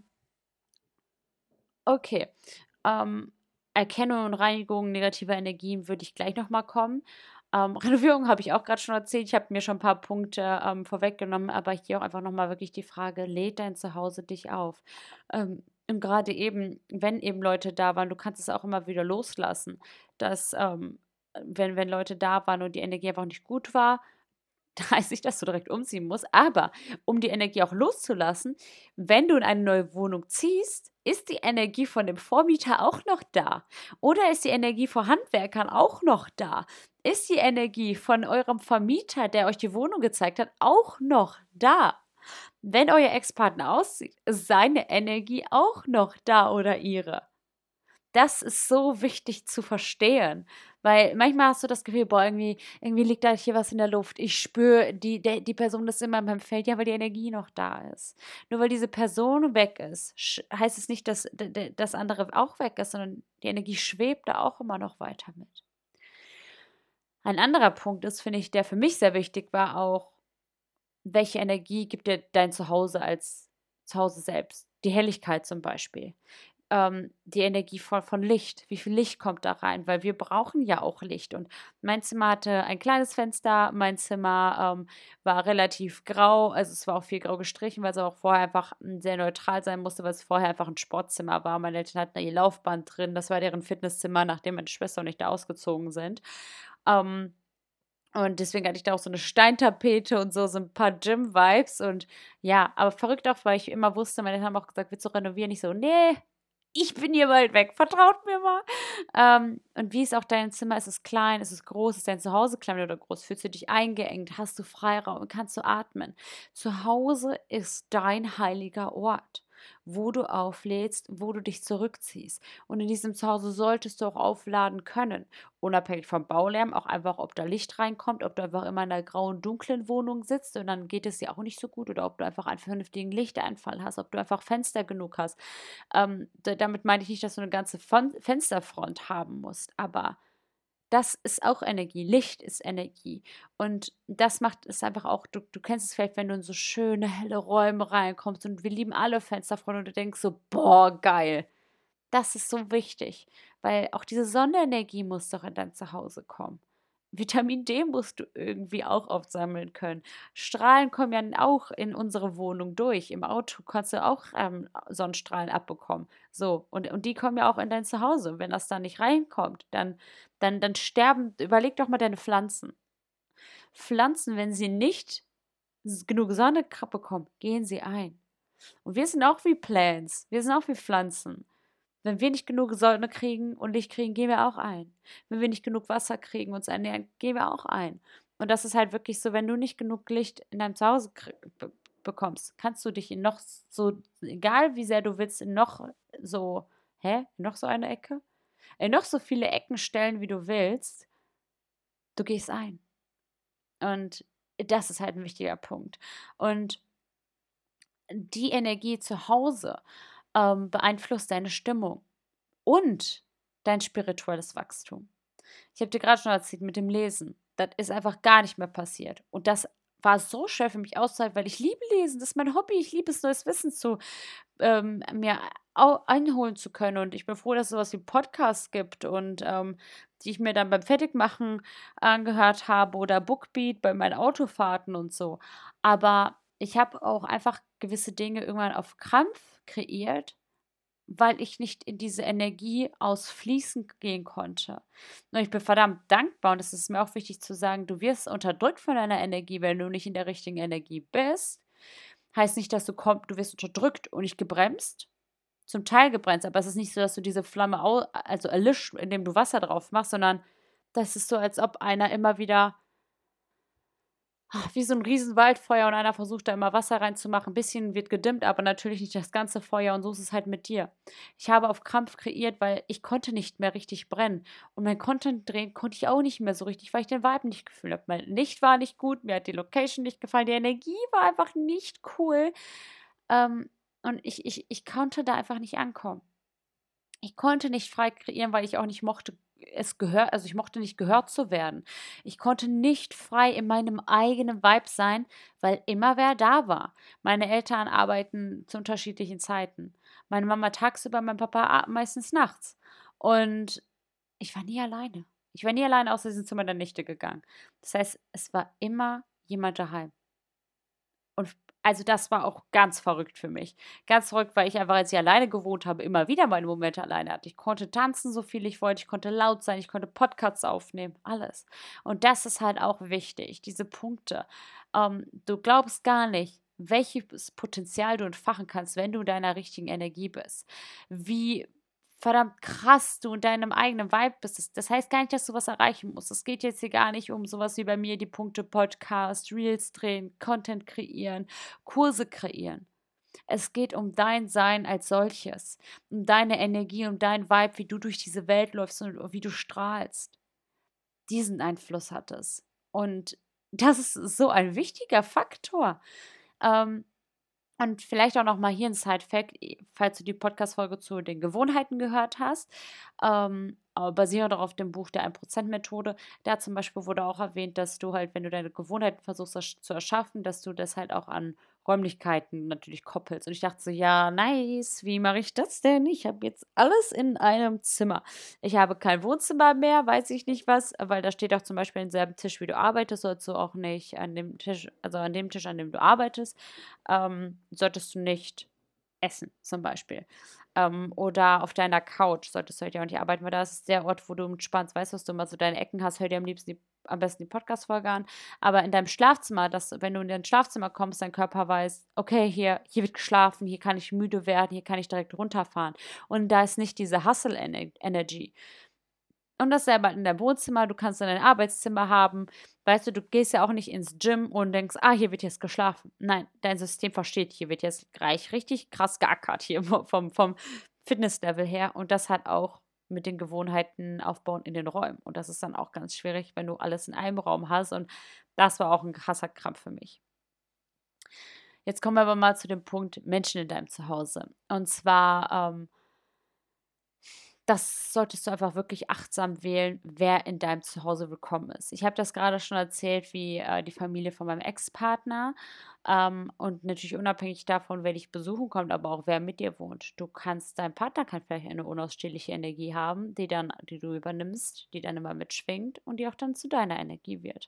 okay. Ähm, Erkennung und Reinigung negativer Energien würde ich gleich nochmal kommen. Renovierung habe ich auch gerade schon erzählt. Ich habe mir schon ein paar Punkte vorweggenommen, aber hier auch einfach nochmal wirklich die Frage, lädt dein Zuhause dich auf? Und gerade eben, wenn eben Leute da waren, du kannst es auch immer wieder loslassen, dass wenn Leute da waren und die Energie einfach nicht gut war, da heißt nicht, dass du direkt umziehen musst, aber um die Energie auch loszulassen, wenn du in eine neue Wohnung ziehst, ist die Energie von dem Vormieter auch noch da? Oder ist die Energie von Handwerkern auch noch da? Ist die Energie von eurem Vermieter, der euch die Wohnung gezeigt hat, auch noch da? Wenn euer Ex-Partner auszieht, ist seine Energie auch noch da oder ihre? Das ist so wichtig zu verstehen, weil manchmal hast du das Gefühl, boah, irgendwie liegt da hier was in der Luft. Ich spüre, die Person ist immer in meinem Feld, ja, weil die Energie noch da ist. Nur weil diese Person weg ist, heißt es nicht, dass das andere auch weg ist, sondern die Energie schwebt da auch immer noch weiter mit. Ein anderer Punkt ist, finde ich, der für mich sehr wichtig war, auch, welche Energie gibt dir dein Zuhause als Zuhause selbst? Die Helligkeit zum Beispiel. die Energie von Licht. Wie viel Licht kommt da rein? Weil wir brauchen ja auch Licht. Und mein Zimmer hatte ein kleines Fenster. Mein Zimmer war relativ grau. Also es war auch viel grau gestrichen, weil es auch vorher einfach sehr neutral sein musste, weil es vorher einfach ein Sportzimmer war. Meine Eltern hatten da ihr Laufband drin. Das war deren Fitnesszimmer, nachdem meine Schwester und ich da ausgezogen sind. Ähm, und deswegen hatte ich da auch so eine Steintapete und so ein paar Gym-Vibes. Und ja, aber verrückt auch, weil ich immer wusste, meine Eltern haben auch gesagt, willst du renovieren? Ich so, nee, ich bin hier bald weg, vertraut mir mal. Und wie ist auch dein Zimmer? Ist es klein? Ist es groß? Ist dein Zuhause klein oder groß? Fühlst du dich eingeengt? Hast du Freiraum? Kannst du atmen? Zu Hause ist dein heiliger Ort, wo du auflädst, wo du dich zurückziehst. Und in diesem Zuhause solltest du auch aufladen können, unabhängig vom Baulärm, auch einfach, ob da Licht reinkommt, ob du einfach immer in einer grauen, dunklen Wohnung sitzt und dann geht es dir auch nicht so gut oder ob du einfach einen vernünftigen Lichteinfall hast, ob du einfach Fenster genug hast. Damit meine ich nicht, dass du eine ganze Fensterfront haben musst, aber das ist auch Energie. Licht ist Energie. Und das macht es einfach auch, du kennst es vielleicht, wenn du in so schöne, helle Räume reinkommst und wir lieben alle Fensterfronten und du denkst so, boah, geil. Das ist so wichtig, weil auch diese Sonnenenergie muss doch in dein Zuhause kommen. Vitamin D musst du irgendwie auch aufsammeln können. Strahlen kommen ja auch in unsere Wohnung durch. Im Auto kannst du auch Sonnenstrahlen abbekommen. So, und die kommen ja auch in dein Zuhause. Und wenn das da nicht reinkommt, dann sterben. Überleg doch mal deine Pflanzen. Pflanzen, wenn sie nicht genug Sonne bekommen, gehen sie ein. Und wir sind auch wie Plants. Wir sind auch wie Pflanzen. Wenn wir nicht genug Sonne kriegen und Licht kriegen, gehen wir auch ein. Wenn wir nicht genug Wasser kriegen, uns ernähren, gehen wir auch ein. Und das ist halt wirklich so, wenn du nicht genug Licht in deinem Zuhause bekommst, kannst du dich in noch so, egal wie sehr du willst, in noch so, noch so eine Ecke? In noch so viele Ecken stellen, wie du willst, du gehst ein. Und das ist halt ein wichtiger Punkt. Und die Energie zu Hause beeinflusst deine Stimmung und dein spirituelles Wachstum. Ich habe dir gerade schon erzählt mit dem Lesen. Das ist einfach gar nicht mehr passiert. Und das war so schwer für mich auszuhalten, weil ich liebe Lesen. Das ist mein Hobby. Ich liebe es, neues Wissen mir einholen zu können. Und ich bin froh, dass es sowas wie Podcasts gibt und die ich mir dann beim Fertigmachen angehört habe oder Bookbeat bei meinen Autofahrten und so. Aber ich habe auch einfach gewisse Dinge irgendwann auf Krampf kreiert, weil ich nicht in diese Energie aus Fließen gehen konnte. Und ich bin verdammt dankbar und es ist mir auch wichtig zu sagen, du wirst unterdrückt von deiner Energie, wenn du nicht in der richtigen Energie bist. Heißt nicht, dass du wirst unterdrückt und nicht gebremst. Zum Teil gebremst, aber es ist nicht so, dass du diese Flamme also erlischt, indem du Wasser drauf machst, sondern das ist so, als ob einer immer wieder wie so ein riesen Waldfeuer und einer versucht da immer Wasser reinzumachen. Ein bisschen wird gedimmt, aber natürlich nicht das ganze Feuer und so ist es halt mit dir. Ich habe auf Krampf kreiert, weil ich konnte nicht mehr richtig brennen und mein Content drehen konnte ich auch nicht mehr so richtig, weil ich den Vibe nicht gefühlt habe. Mein Licht war nicht gut, mir hat die Location nicht gefallen, die Energie war einfach nicht cool, ähm, und ich konnte da einfach nicht ankommen. Ich konnte nicht frei kreieren, weil ich auch nicht mochte, also ich mochte nicht gehört zu werden. Ich konnte nicht frei in meinem eigenen Vibe sein, weil immer wer da war. Meine Eltern arbeiten zu unterschiedlichen Zeiten. Meine Mama tagsüber, mein Papa meistens nachts. Und ich war nie alleine. Ich war nie alleine aus diesem Zimmer der Nichte gegangen. Das heißt, es war immer jemand daheim. Und also das war auch ganz verrückt für mich. Ganz verrückt, weil ich einfach, als ich alleine gewohnt habe, immer wieder meine Momente alleine hatte. Ich konnte tanzen, so viel ich wollte. Ich konnte laut sein. Ich konnte Podcasts aufnehmen. Alles. Und das ist halt auch wichtig, diese Punkte. Du glaubst gar nicht, welches Potenzial du entfachen kannst, wenn du in deiner richtigen Energie bist. Wie verdammt krass du in deinem eigenen Vibe bist. Das heißt gar nicht, dass du was erreichen musst. Es geht jetzt hier gar nicht um sowas wie bei mir, die Punkte Podcast, Reels drehen, Content kreieren, Kurse kreieren. Es geht um dein Sein als solches, um deine Energie, um dein Vibe, wie du durch diese Welt läufst und wie du strahlst. Diesen Einfluss hat es. Und das ist so ein wichtiger Faktor. Ähm, und vielleicht auch noch mal hier ein Side-Fact, falls du die Podcast-Folge zu den Gewohnheiten gehört hast, aber basierend auch auf dem Buch der 1%-Methode, da zum Beispiel wurde auch erwähnt, dass du halt, wenn du deine Gewohnheiten versuchst zu erschaffen, dass du das halt auch an Räumlichkeiten natürlich koppelst. Und ich dachte so, ja, nice, wie mache ich das denn? Ich habe jetzt alles in einem Zimmer. Ich habe kein Wohnzimmer mehr, weiß ich nicht was, weil da steht auch zum Beispiel an demselben Tisch, wie du arbeitest, sollst du auch nicht an dem Tisch, also an dem Tisch, an dem du arbeitest, solltest du nicht essen, zum Beispiel. Oder auf deiner Couch solltest du halt ja auch nicht arbeiten, weil da ist es der Ort, wo du entspannst. Weißt du, dass du immer so deine Ecken hast, hör dir am besten die Podcast-Folge an. Aber in deinem Schlafzimmer, wenn du in dein Schlafzimmer kommst, dein Körper weiß, okay, hier wird geschlafen, hier kann ich müde werden, hier kann ich direkt runterfahren. Und da ist nicht diese Hustle-Energy. Und dasselbe halt in deinem Wohnzimmer, du kannst dann ein Arbeitszimmer haben. Weißt du, du gehst ja auch nicht ins Gym und denkst, hier wird jetzt geschlafen. Nein, dein System versteht, hier wird jetzt gleich richtig krass geackert, hier vom Fitnesslevel her. Und das hat auch mit den Gewohnheiten aufbauen in den Räumen. Und das ist dann auch ganz schwierig, wenn du alles in einem Raum hast. Und das war auch ein krasser Krampf für mich. Jetzt kommen wir aber mal zu dem Punkt Menschen in deinem Zuhause. Und zwar, das solltest du einfach wirklich achtsam wählen, wer in deinem Zuhause willkommen ist. Ich habe das gerade schon erzählt, wie die Familie von meinem Ex-Partner. Und natürlich unabhängig davon, wer dich besuchen kommt, aber auch wer mit dir wohnt. Dein Partner kann vielleicht eine unausstehliche Energie haben, die du übernimmst, die dann immer mitschwingt und die auch dann zu deiner Energie wird.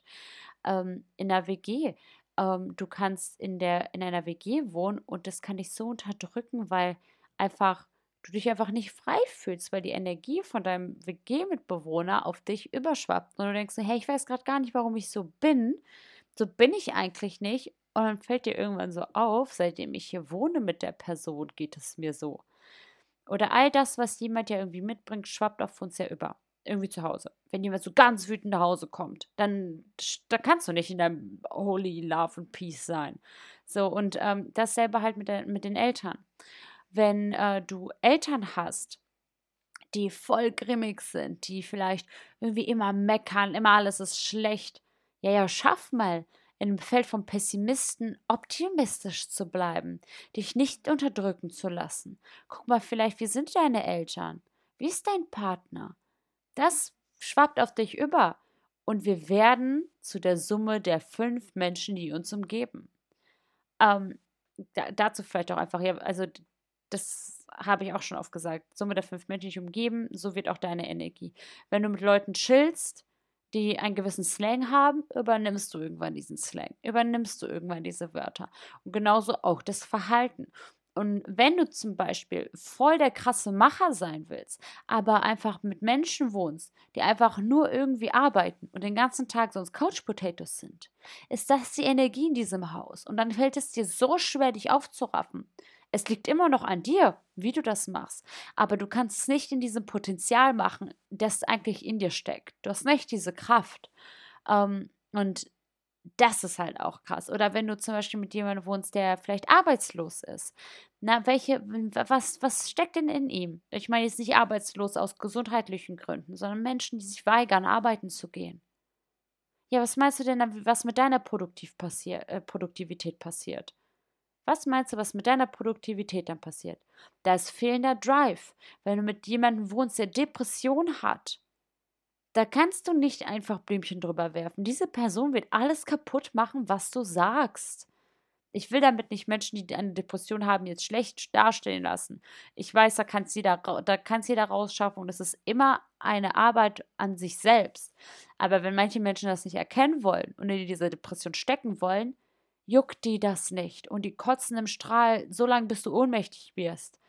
In der WG. Du kannst in einer WG wohnen und das kann dich so unterdrücken, weil einfach du dich einfach nicht frei fühlst, weil die Energie von deinem WG-Mitbewohner auf dich überschwappt. Und du denkst so, hey, ich weiß gerade gar nicht, warum ich so bin. So bin ich eigentlich nicht. Und dann fällt dir irgendwann so auf, seitdem ich hier wohne mit der Person, geht es mir so. Oder all das, was jemand ja irgendwie mitbringt, schwappt auf uns ja über. Irgendwie zu Hause. Wenn jemand so ganz wütend nach Hause kommt, dann kannst du nicht in deinem Holy Love and Peace sein. So, und dasselbe halt mit den Eltern. Wenn du Eltern hast, die voll grimmig sind, die vielleicht irgendwie immer meckern, immer alles ist schlecht. Ja, ja, schaff mal, in dem Feld von Pessimisten optimistisch zu bleiben, dich nicht unterdrücken zu lassen. Guck mal, vielleicht, wie sind deine Eltern? Wie ist dein Partner? Das schwappt auf dich über. Und wir werden zu der Summe der 5 Menschen, die uns umgeben. Ähm, dazu vielleicht auch einfach, ja, also das habe ich auch schon oft gesagt. Summe der 5 Menschen, die dich umgeben, so wird auch deine Energie. Wenn du mit Leuten chillst, die einen gewissen Slang haben, übernimmst du irgendwann diesen Slang, übernimmst du irgendwann diese Wörter. Und genauso auch das Verhalten. Und wenn du zum Beispiel voll der krasse Macher sein willst, aber einfach mit Menschen wohnst, die einfach nur irgendwie arbeiten und den ganzen Tag sonst Couch Potatoes sind, ist das die Energie in diesem Haus. Und dann fällt es dir so schwer, dich aufzuraffen. Es liegt immer noch an dir, wie du das machst. Aber du kannst es nicht in diesem Potenzial machen, das eigentlich in dir steckt. Du hast nicht diese Kraft. Und das ist halt auch krass. Oder wenn du zum Beispiel mit jemandem wohnst, der vielleicht arbeitslos ist. Na, was steckt denn in ihm? Ich meine jetzt nicht arbeitslos aus gesundheitlichen Gründen, sondern Menschen, die sich weigern, arbeiten zu gehen. Ja, was meinst du denn, was mit deiner Produktivität passiert? Was meinst du, was mit deiner Produktivität dann passiert? Da ist fehlender Drive. Wenn du mit jemandem wohnst, der Depression hat, da kannst du nicht einfach Blümchen drüber werfen. Diese Person wird alles kaputt machen, was du sagst. Ich will damit nicht Menschen, die eine Depression haben, jetzt schlecht dastehen lassen. Ich weiß, da kann es jeder rausschaffen und es ist immer eine Arbeit an sich selbst. Aber wenn manche Menschen das nicht erkennen wollen und in diese Depression stecken wollen, juckt die das nicht. Und die kotzen im Strahl so lange, bis du ohnmächtig wirst.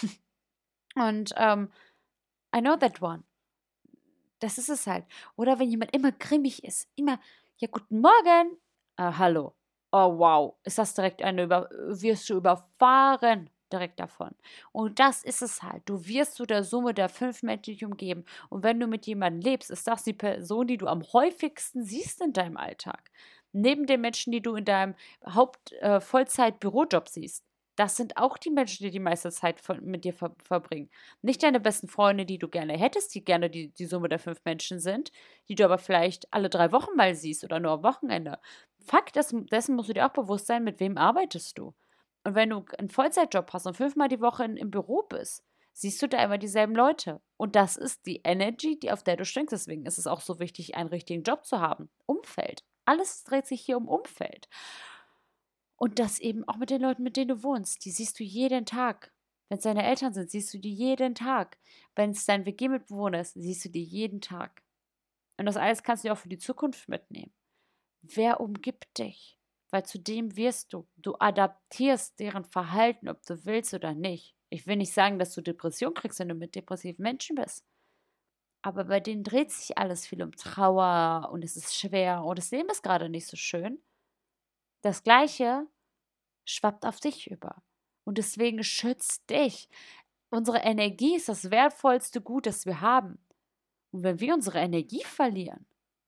Und I know that one. Das ist es halt. Oder wenn jemand immer grimmig ist, immer, ja, guten Morgen. Hallo. Oh, wow. Ist das direkt wirst du überfahren direkt davon. Und das ist es halt. Du wirst zu der Summe der 5 Menschen dich umgeben. Und wenn du mit jemandem lebst, ist das die Person, die du am häufigsten siehst in deinem Alltag. Neben den Menschen, die du in deinem Vollzeit-Bürojob siehst. Das sind auch die Menschen, die die meiste Zeit mit dir verbringen. Nicht deine besten Freunde, die du gerne hättest, die gerne die Summe der 5 Menschen sind, die du aber vielleicht alle 3 Wochen mal siehst oder nur am Wochenende. Fakt, dessen musst du dir auch bewusst sein, mit wem arbeitest du. Und wenn du einen Vollzeitjob hast und 5-mal die Woche im Büro bist, siehst du da immer dieselben Leute. Und das ist die Energy, auf der du schwingst. Deswegen ist es auch so wichtig, einen richtigen Job zu haben. Umfeld. Alles dreht sich hier um Umfeld. Und das eben auch mit den Leuten, mit denen du wohnst. Die siehst du jeden Tag. Wenn es deine Eltern sind, siehst du die jeden Tag. Wenn es dein WG-Mitbewohner ist, siehst du die jeden Tag. Und das alles kannst du dir auch für die Zukunft mitnehmen. Wer umgibt dich? Weil zu dem wirst du. Du adaptierst deren Verhalten, ob du willst oder nicht. Ich will nicht sagen, dass du Depression kriegst, wenn du mit depressiven Menschen bist. Aber bei denen dreht sich alles viel um Trauer und es ist schwer und das Leben ist gerade nicht so schön. Das Gleiche schwappt auf dich über. Und deswegen schützt dich. Unsere Energie ist das wertvollste Gut, das wir haben. Und wenn wir unsere Energie verlieren,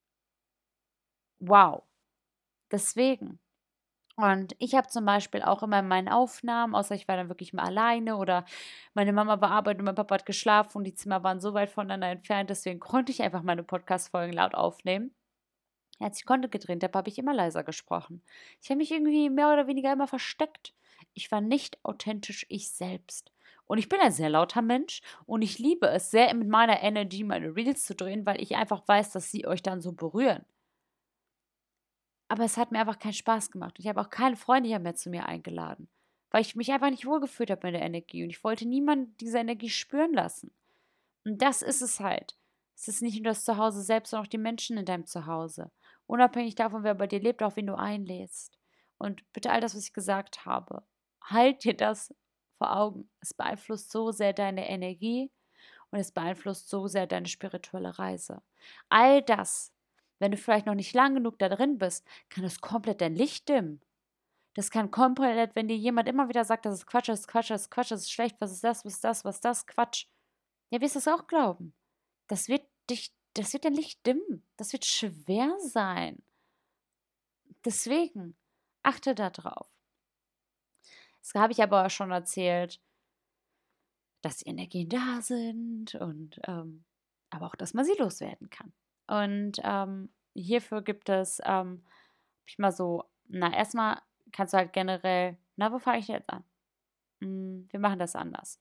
wow. Deswegen. Und ich habe zum Beispiel auch immer in meinen Aufnahmen, außer ich war dann wirklich mal alleine oder meine Mama war arbeiten und mein Papa hat geschlafen und die Zimmer waren so weit voneinander entfernt, deswegen konnte ich einfach meine Podcast-Folgen laut aufnehmen. Als ich Content gedreht habe, habe ich immer leiser gesprochen. Ich habe mich irgendwie mehr oder weniger immer versteckt. Ich war nicht authentisch ich selbst. Und ich bin ein sehr lauter Mensch und ich liebe es sehr, mit meiner Energy meine Reels zu drehen, weil ich einfach weiß, dass sie euch dann so berühren. Aber es hat mir einfach keinen Spaß gemacht. Ich habe auch keine Freunde mehr zu mir eingeladen, weil ich mich einfach nicht wohlgefühlt habe mit der Energie und ich wollte niemanden diese Energie spüren lassen. Und das ist es halt. Es ist nicht nur das Zuhause selbst, sondern auch die Menschen in deinem Zuhause. Unabhängig davon, wer bei dir lebt, auch wen du einlädst. Und bitte all das, was ich gesagt habe, halt dir das vor Augen. Es beeinflusst so sehr deine Energie und es beeinflusst so sehr deine spirituelle Reise. All das, wenn du vielleicht noch nicht lang genug da drin bist, kann es komplett dein Licht dimmen. Das kann komplett, wenn dir jemand immer wieder sagt, das ist Quatsch, das ist Quatsch, das ist Quatsch, das ist schlecht, was ist das, Quatsch. Ja, wirst du es auch glauben. Das wird dein Licht dimmen. Das wird schwer sein. Deswegen, achte da drauf. Das habe ich aber auch schon erzählt, dass die Energien da sind und aber auch, dass man sie loswerden kann. Und hierfür gibt es, ich mal so, erstmal kannst du halt generell, wo fange ich jetzt an? Wir machen das anders.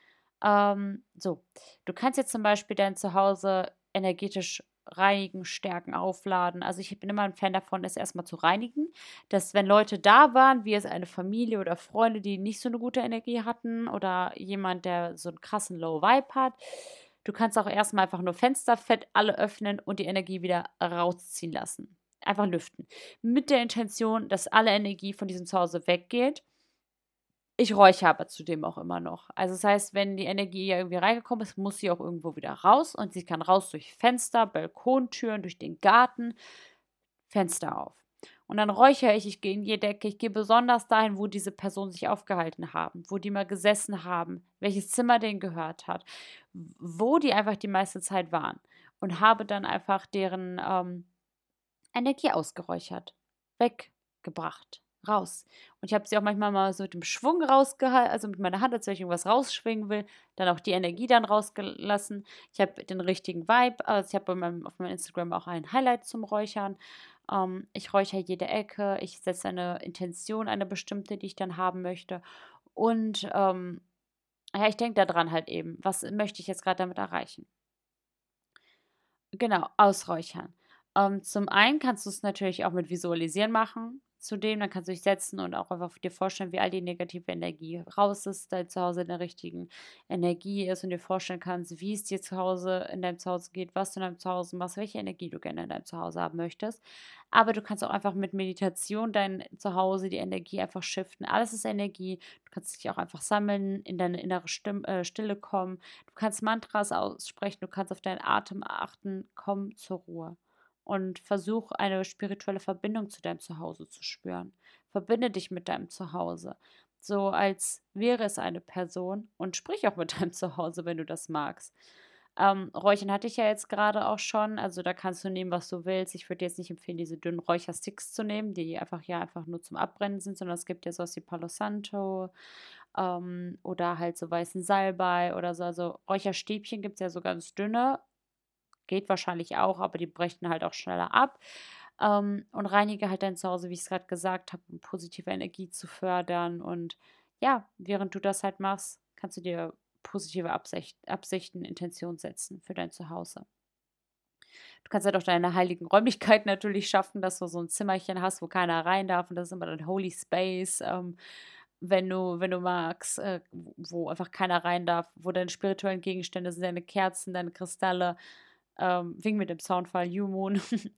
So, du kannst jetzt zum Beispiel dein Zuhause energetisch reinigen, stärken, aufladen. Also ich bin immer ein Fan davon, es erstmal zu reinigen, dass wenn Leute da waren, wie es eine Familie oder Freunde, die nicht so eine gute Energie hatten oder jemand, der so einen krassen Low Vibe hat, du kannst auch erstmal einfach nur Fensterfett alle öffnen und die Energie wieder rausziehen lassen. Einfach lüften. Mit der Intention, dass alle Energie von diesem Zuhause weggeht. Ich räuchere aber zudem auch immer noch. Also, das heißt, wenn die Energie ja irgendwie reingekommen ist, muss sie auch irgendwo wieder raus und sie kann raus durch Fenster, Balkontüren, durch den Garten, Fenster auf. Und dann räuchere ich gehe in jede Ecke, ich gehe besonders dahin, wo diese Personen sich aufgehalten haben, wo die mal gesessen haben, welches Zimmer denen gehört hat, wo die einfach die meiste Zeit waren und habe dann einfach deren Energie ausgeräuchert, weggebracht, raus. Und ich habe sie auch manchmal mal so mit dem Schwung rausgehalten, also mit meiner Hand, als wenn ich irgendwas rausschwingen will, dann auch die Energie dann rausgelassen. Ich habe den richtigen Vibe, also ich habe auf meinem Instagram auch ein Highlight zum Räuchern. Ich räuchere jede Ecke, ich setze eine Intention, eine bestimmte, die ich dann haben möchte. Und ja, ich denke daran halt eben, was möchte ich jetzt gerade damit erreichen? Genau, ausräuchern. Zum einen kannst du es natürlich auch mit Visualisieren machen. Zudem, dann kannst du dich setzen und auch einfach dir vorstellen, wie all die negative Energie raus ist, dein Zuhause in der richtigen Energie ist und dir vorstellen kannst, wie es dir zu Hause in deinem Zuhause geht, was du in deinem Zuhause machst, welche Energie du gerne in deinem Zuhause haben möchtest. Aber du kannst auch einfach mit Meditation dein Zuhause, die Energie einfach shiften. Alles ist Energie. Du kannst dich auch einfach sammeln, in deine innere Stille kommen. Du kannst Mantras aussprechen, du kannst auf deinen Atem achten, komm zur Ruhe. Und versuch eine spirituelle Verbindung zu deinem Zuhause zu spüren. Verbinde dich mit deinem Zuhause. So als wäre es eine Person und sprich auch mit deinem Zuhause, wenn du das magst. Räuchern hatte ich ja jetzt gerade auch schon. Also da kannst du nehmen, was du willst. Ich würde dir jetzt nicht empfehlen, diese dünnen Räuchersticks zu nehmen, die einfach nur zum Abbrennen sind, sondern es gibt ja sowas wie Palo Santo oder halt so weißen Salbei oder so. Also Räucherstäbchen gibt es ja so ganz dünne. Geht wahrscheinlich auch, aber die brechen halt auch schneller ab. Und reinige halt dein Zuhause, wie ich es gerade gesagt habe, um positive Energie zu fördern. Und ja, während du das halt machst, kannst du dir positive Absichten, Intention setzen für dein Zuhause. Du kannst halt auch deine heiligen Räumlichkeiten natürlich schaffen, dass du so ein Zimmerchen hast, wo keiner rein darf und das ist immer dein Holy Space, wenn du magst, wo einfach keiner rein darf, wo deine spirituellen Gegenstände sind, deine Kerzen, deine Kristalle, wegen mit dem Soundfall You Moon,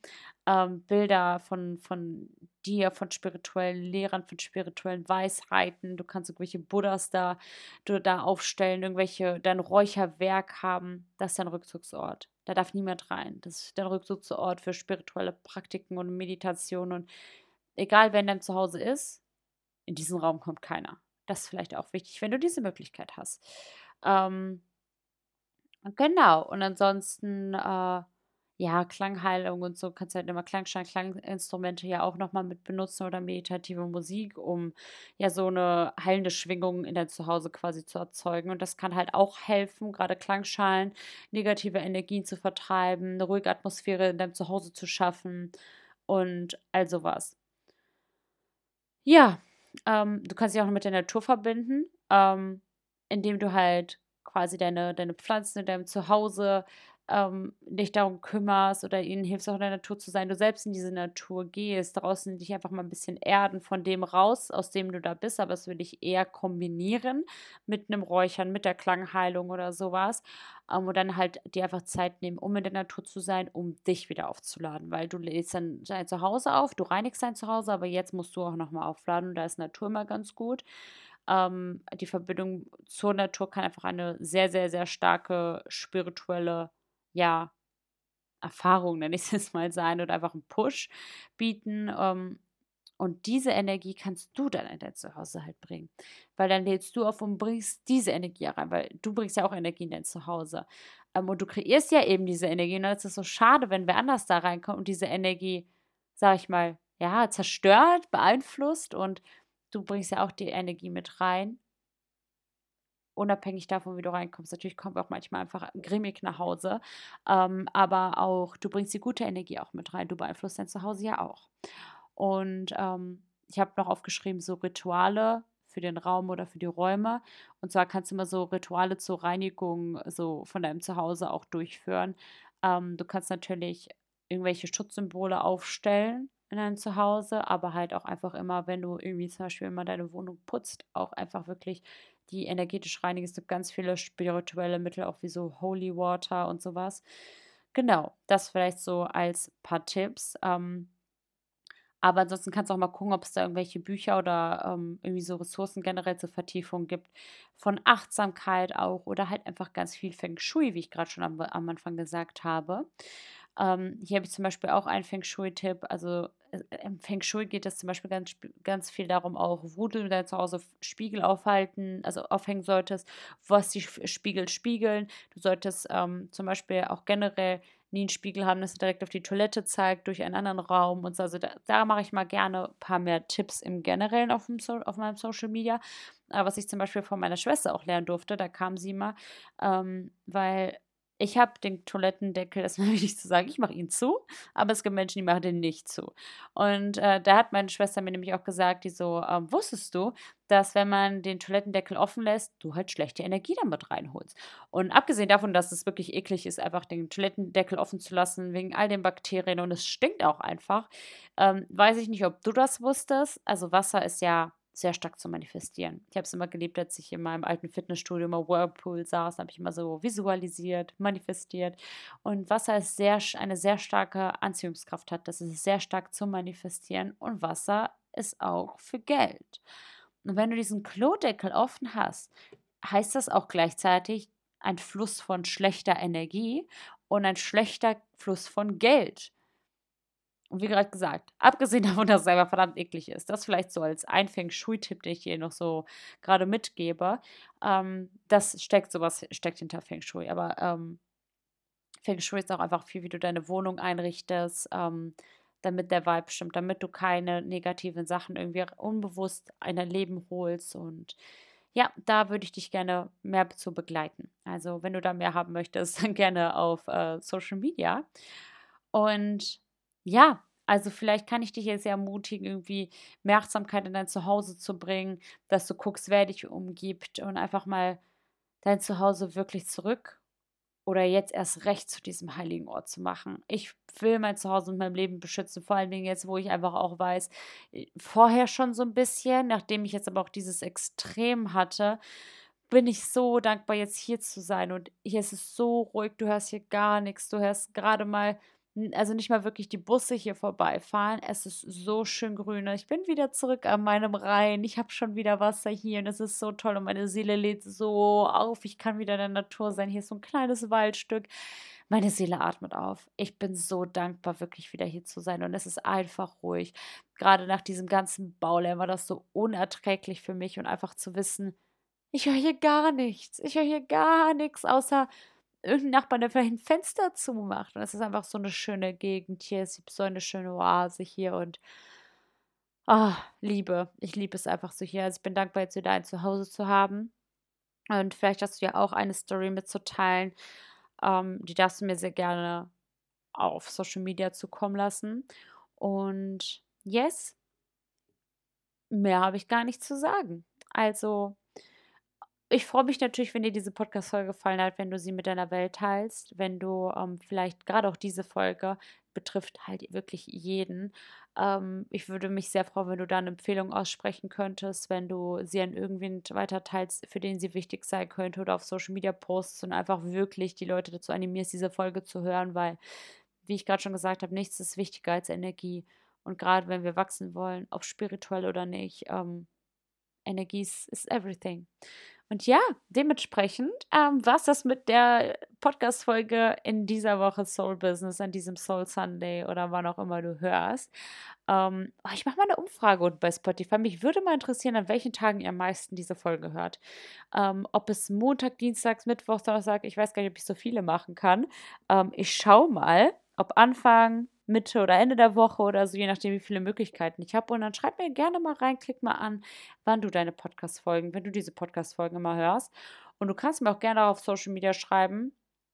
Bilder von dir, von spirituellen Lehrern, von spirituellen Weisheiten. Du kannst irgendwelche Buddhas da aufstellen, dein Räucherwerk haben. Das ist dein Rückzugsort. Da darf niemand rein. Das ist dein Rückzugsort für spirituelle Praktiken und Meditation. Und egal, wer in deinem Zuhause ist, in diesen Raum kommt keiner. Das ist vielleicht auch wichtig, wenn du diese Möglichkeit hast. Ähm, genau. Und ansonsten, ja, Klangheilung und so kannst du halt immer Klangschalen, Klanginstrumente ja auch nochmal mit benutzen oder meditative Musik, um ja so eine heilende Schwingung in dein Zuhause quasi zu erzeugen. Und das kann halt auch helfen, gerade Klangschalen, negative Energien zu vertreiben, eine ruhige Atmosphäre in deinem Zuhause zu schaffen und all sowas. Ja, du kannst dich auch noch mit der Natur verbinden, indem du halt quasi deine Pflanzen in deinem Zuhause, dich darum kümmerst oder ihnen hilfst, auch in der Natur zu sein. Du selbst in diese Natur gehst, draußen dich einfach mal ein bisschen erden von dem raus, aus dem du da bist, aber das würde ich eher kombinieren mit einem Räuchern, mit der Klangheilung oder sowas. Und dann halt dir einfach Zeit nehmen, um in der Natur zu sein, um dich wieder aufzuladen, weil du lädst dann dein Zuhause auf, du reinigst dein Zuhause, aber jetzt musst du auch nochmal aufladen und da ist Natur immer ganz gut. Die Verbindung zur Natur kann einfach eine sehr, sehr, sehr starke spirituelle, ja, Erfahrung, nenne ich es jetzt mal, sein oder einfach einen Push bieten. Und diese Energie kannst du dann in dein Zuhause halt bringen. Weil dann lädst du auf und bringst diese Energie rein, weil du bringst ja auch Energie in dein Zuhause. Und du kreierst ja eben diese Energie. Und dann ist es so schade, wenn wer anders da reinkommt und diese Energie, sag ich mal, ja, zerstört, beeinflusst und du bringst ja auch die Energie mit rein. Unabhängig davon, wie du reinkommst. Natürlich kommen wir auch manchmal einfach grimmig nach Hause, aber auch du bringst die gute Energie auch mit rein. Du beeinflusst dein Zuhause ja auch. Und, ich habe noch aufgeschrieben, so Rituale für den Raum oder für die Räume. Und zwar kannst du immer so Rituale zur Reinigung so von deinem Zuhause auch durchführen. Du kannst natürlich irgendwelche Schutzsymbole aufstellen in deinem Zuhause, aber halt auch einfach immer, wenn du irgendwie zum Beispiel immer deine Wohnung putzt, auch einfach wirklich die energetisch reinigen. Es gibt ganz viele spirituelle Mittel, auch wie so Holy Water und sowas. Genau, das vielleicht so als paar Tipps. Aber ansonsten kannst du auch mal gucken, ob es da irgendwelche Bücher oder irgendwie so Ressourcen generell zur Vertiefung gibt. Von Achtsamkeit auch oder halt einfach ganz viel Feng Shui, wie ich gerade schon am Anfang gesagt habe. Hier habe ich zum Beispiel auch einen Feng Shui-Tipp. Also im Feng Shui geht es zum Beispiel ganz viel darum, auch wo du dein Zuhause Spiegel aufhalten, also aufhängen solltest, was die Spiegel spiegeln. Du solltest zum Beispiel auch generell nie einen Spiegel haben, dass er direkt auf die Toilette zeigt, durch einen anderen Raum und so. Also da mache ich mal gerne ein paar mehr Tipps im Generellen auf meinem Social Media. Was ich zum Beispiel von meiner Schwester auch lernen durfte, da kam sie mal, weil ich habe den Toilettendeckel, das ist mir wichtig zu sagen, ich mache ihn zu, aber es gibt Menschen, die machen den nicht zu. Und da hat meine Schwester mir nämlich auch gesagt, die so, wusstest du, dass wenn man den Toilettendeckel offen lässt, du halt schlechte Energie damit reinholst. Und abgesehen davon, dass es wirklich eklig ist, einfach den Toilettendeckel offen zu lassen, wegen all den Bakterien und es stinkt auch einfach, weiß ich nicht, ob du das wusstest. Also Wasser ist ja sehr stark zu manifestieren. Ich habe es immer geliebt, als ich in meinem alten Fitnessstudio immer Whirlpool saß, habe ich immer so visualisiert, manifestiert. Und Wasser ist eine sehr starke Anziehungskraft hat. Das ist sehr stark zum Manifestieren. Und Wasser ist auch für Geld. Und wenn du diesen Klodeckel offen hast, heißt das auch gleichzeitig ein Fluss von schlechter Energie und ein schlechter Fluss von Geld. Und wie gerade gesagt, abgesehen davon, dass es einfach verdammt eklig ist, das vielleicht so als ein Feng-Shui-Tipp, den ich dir noch so gerade mitgebe. Das steckt hinter Feng Shui. Aber Feng Shui ist auch einfach viel, wie du deine Wohnung einrichtest, damit der Vibe stimmt, damit du keine negativen Sachen irgendwie unbewusst in dein Leben holst. Und ja, da würde ich dich gerne mehr zu begleiten. Also, wenn du da mehr haben möchtest, dann gerne auf Social Media. Und ja, also vielleicht kann ich dich jetzt ermutigen, irgendwie mehr Achtsamkeit in dein Zuhause zu bringen, dass du guckst, wer dich umgibt und einfach mal dein Zuhause wirklich zurückholst oder jetzt erst recht zu diesem heiligen Ort zu machen. Ich will mein Zuhause und mein Leben beschützen, vor allen Dingen jetzt, wo ich einfach auch weiß, vorher schon so ein bisschen, nachdem ich jetzt aber auch dieses Extrem hatte, bin ich so dankbar, jetzt hier zu sein. Und hier ist es so ruhig, du hörst hier gar nichts. Du hörst gerade mal, also nicht mal wirklich die Busse hier vorbeifahren. Es ist so schön grün. Und ich bin wieder zurück an meinem Rhein. Ich habe schon wieder Wasser hier und es ist so toll und meine Seele lädt so auf. Ich kann wieder in der Natur sein. Hier ist so ein kleines Waldstück. Meine Seele atmet auf. Ich bin so dankbar, wirklich wieder hier zu sein. Und es ist einfach ruhig. Gerade nach diesem ganzen Baulärm war das so unerträglich für mich und einfach zu wissen, ich höre hier gar nichts. Ich höre hier gar nichts, außer irgendein Nachbar, der vielleicht ein Fenster zumacht. Und es ist einfach so eine schöne Gegend hier. Es gibt so eine schöne Oase hier und, Liebe. Ich liebe es einfach so hier. Also, ich bin dankbar, jetzt wieder ein Zuhause zu haben. Und vielleicht hast du ja auch eine Story mitzuteilen. Die darfst du mir sehr gerne auf Social Media zukommen lassen. Und yes, mehr habe ich gar nicht zu sagen. Also, ich freue mich natürlich, wenn dir diese Podcast-Folge gefallen hat, wenn du sie mit deiner Welt teilst, wenn du vielleicht gerade auch diese Folge betrifft halt wirklich jeden. Ich würde mich sehr freuen, wenn du da eine Empfehlung aussprechen könntest, wenn du sie an irgendwen weiter teilst, für den sie wichtig sein könnte oder auf Social Media postest und einfach wirklich die Leute dazu animierst, diese Folge zu hören, weil, wie ich gerade schon gesagt habe, nichts ist wichtiger als Energie. Und gerade wenn wir wachsen wollen, ob spirituell oder nicht, Energie ist everything. Und ja, dementsprechend war es das mit der Podcast-Folge in dieser Woche Soul Business, an diesem Soul Sunday oder wann auch immer du hörst. Ich mache mal eine Umfrage unten bei Spotify. Mich würde mal interessieren, an welchen Tagen ihr am meisten diese Folge hört. Ob es Montag, Dienstags, Mittwoch, Donnerstag, ich weiß gar nicht, ob ich so viele machen kann. Ich schaue mal, ob Anfang, Mitte oder Ende der Woche oder so, je nachdem, wie viele Möglichkeiten ich habe. Und dann schreib mir gerne mal rein, klick mal an, wann du deine Podcast-Folgen, wenn du diese Podcast-Folgen immer hörst. Und du kannst mir auch gerne auf Social Media schreiben,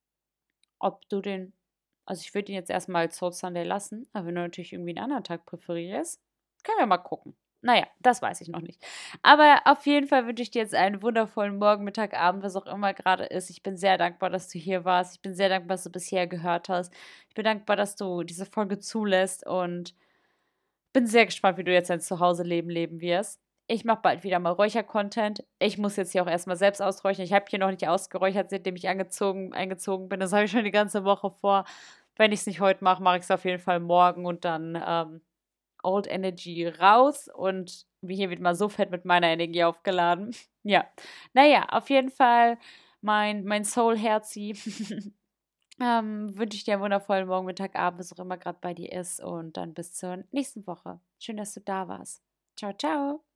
ob du den, also ich würde ihn jetzt erstmal als Soul Sunday lassen, aber wenn du natürlich irgendwie einen anderen Tag präferierst, können wir mal gucken. Naja, das weiß ich noch nicht. Aber auf jeden Fall wünsche ich dir jetzt einen wundervollen Morgen, Mittag, Abend, was auch immer gerade ist. Ich bin sehr dankbar, dass du hier warst. Ich bin sehr dankbar, dass du bisher gehört hast. Ich bin dankbar, dass du diese Folge zulässt und bin sehr gespannt, wie du jetzt dein Zuhause-Leben leben wirst. Ich mache bald wieder mal Räucher-Content. Ich muss jetzt hier auch erstmal selbst ausräuchern. Ich habe hier noch nicht ausgeräuchert, seitdem ich eingezogen bin. Das habe ich schon die ganze Woche vor. Wenn ich es nicht heute mache, mache ich es auf jeden Fall morgen und dann Old Energy raus und wie hier wird mal so fett mit meiner Energie aufgeladen. Ja, naja, auf jeden Fall mein Soul-Herzi. Wünsche ich dir einen wundervollen Morgen, Mittag, Abend, was auch immer gerade bei dir ist. Und dann bis zur nächsten Woche. Schön, dass du da warst. Ciao, ciao.